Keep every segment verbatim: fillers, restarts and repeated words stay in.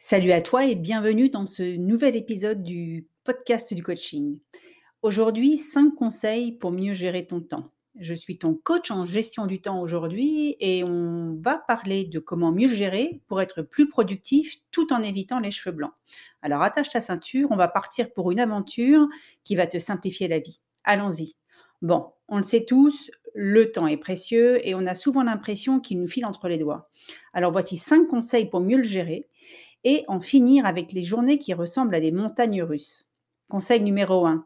Salut à toi et bienvenue dans ce nouvel épisode du podcast du coaching. Aujourd'hui, cinq conseils pour mieux gérer ton temps. Je suis ton coach en gestion du temps aujourd'hui et on va parler de comment mieux gérer pour être plus productif tout en évitant les cheveux blancs. Alors attache ta ceinture, on va partir pour une aventure qui va te simplifier la vie. Allons-y. Bon, on le sait tous, le temps est précieux et on a souvent l'impression qu'il nous file entre les doigts. Alors voici cinq conseils pour mieux le gérer et en finir avec les journées qui ressemblent à des montagnes russes. Conseil numéro un,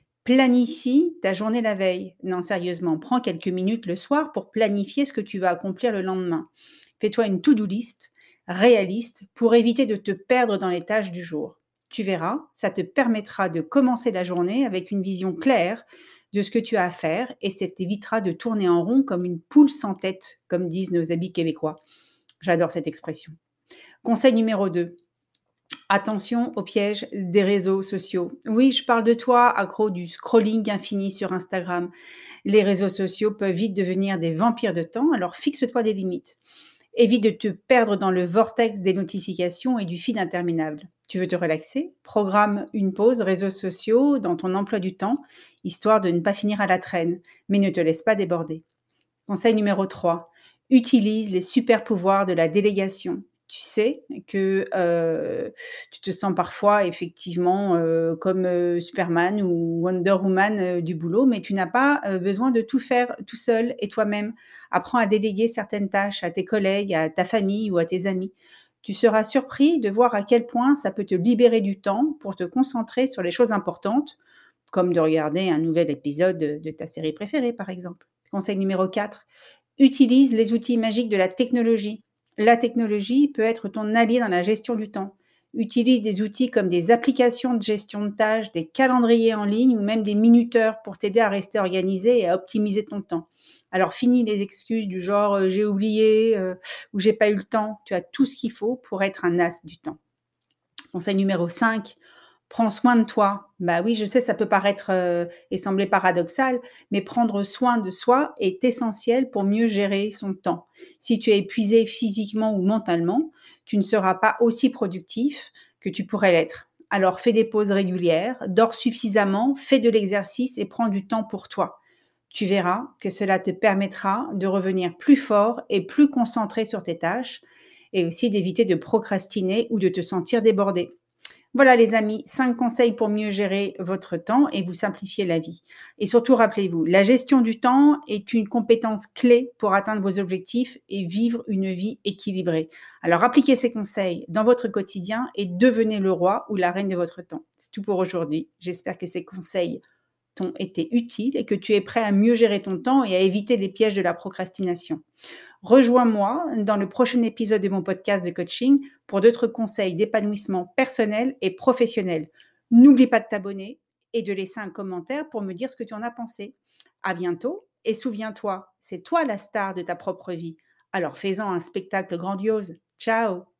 planifie ta journée la veille. Non, sérieusement, prends quelques minutes le soir pour planifier ce que tu vas accomplir le lendemain. Fais-toi une to-do list réaliste pour éviter de te perdre dans les tâches du jour. Tu verras, ça te permettra de commencer la journée avec une vision claire de ce que tu as à faire et ça t'évitera de tourner en rond comme une poule sans tête, comme disent nos habits québécois. J'adore cette expression. Conseil numéro deux, attention au piège des réseaux sociaux. Oui, je parle de toi, accro du scrolling infini sur Instagram. Les réseaux sociaux peuvent vite devenir des vampires de temps, alors fixe-toi des limites. Évite de te perdre dans le vortex des notifications et du feed interminable. Tu veux te relaxer? Programme une pause réseaux sociaux dans ton emploi du temps, histoire de ne pas finir à la traîne, mais ne te laisse pas déborder. Conseil numéro trois, utilise les super pouvoirs de la délégation. Tu sais que, heu, tu te sens parfois effectivement, heu, comme, heu, Superman ou Wonder Woman, heu, du boulot, mais tu n'as pas, heu, besoin de tout faire tout seul et toi-même. Apprends à déléguer certaines tâches à tes collègues, à ta famille ou à tes amis. Tu seras surpris de voir à quel point ça peut te libérer du temps pour te concentrer sur les choses importantes, comme de regarder un nouvel épisode, de ta série préférée, par exemple. Conseil numéro quatre, utilise les outils magiques de la technologie. La technologie peut être ton allié dans la gestion du temps. Utilise des outils comme des applications de gestion de tâches, des calendriers en ligne ou même des minuteurs pour t'aider à rester organisé et à optimiser ton temps. Alors finis les excuses du genre euh, j'ai oublié euh, ou j'ai pas eu le temps. Tu as tout ce qu'il faut pour être un as du temps. Conseil numéro cinq, prends soin de toi. Bah oui, je sais, ça peut paraître euh, et sembler paradoxal, mais prendre soin de soi est essentiel pour mieux gérer son temps. Si tu es épuisé physiquement ou mentalement, tu ne seras pas aussi productif que tu pourrais l'être. Alors fais des pauses régulières, dors suffisamment, fais de l'exercice et prends du temps pour toi. Tu verras que cela te permettra de revenir plus fort et plus concentré sur tes tâches et aussi d'éviter de procrastiner ou de te sentir débordé. Voilà les amis, cinq conseils pour mieux gérer votre temps et vous simplifier la vie. Et surtout, rappelez-vous, la gestion du temps est une compétence clé pour atteindre vos objectifs et vivre une vie équilibrée. Alors appliquez ces conseils dans votre quotidien et devenez le roi ou la reine de votre temps. C'est tout pour aujourd'hui. J'espère que ces conseils t'ont été utiles et que tu es prêt à mieux gérer ton temps et à éviter les pièges de la procrastination. Rejoins-moi dans le prochain épisode de mon podcast de coaching pour d'autres conseils d'épanouissement personnel et professionnel. N'oublie pas de t'abonner et de laisser un commentaire pour me dire ce que tu en as pensé. À bientôt et souviens-toi, c'est toi la star de ta propre vie. Alors fais-en un spectacle grandiose. Ciao!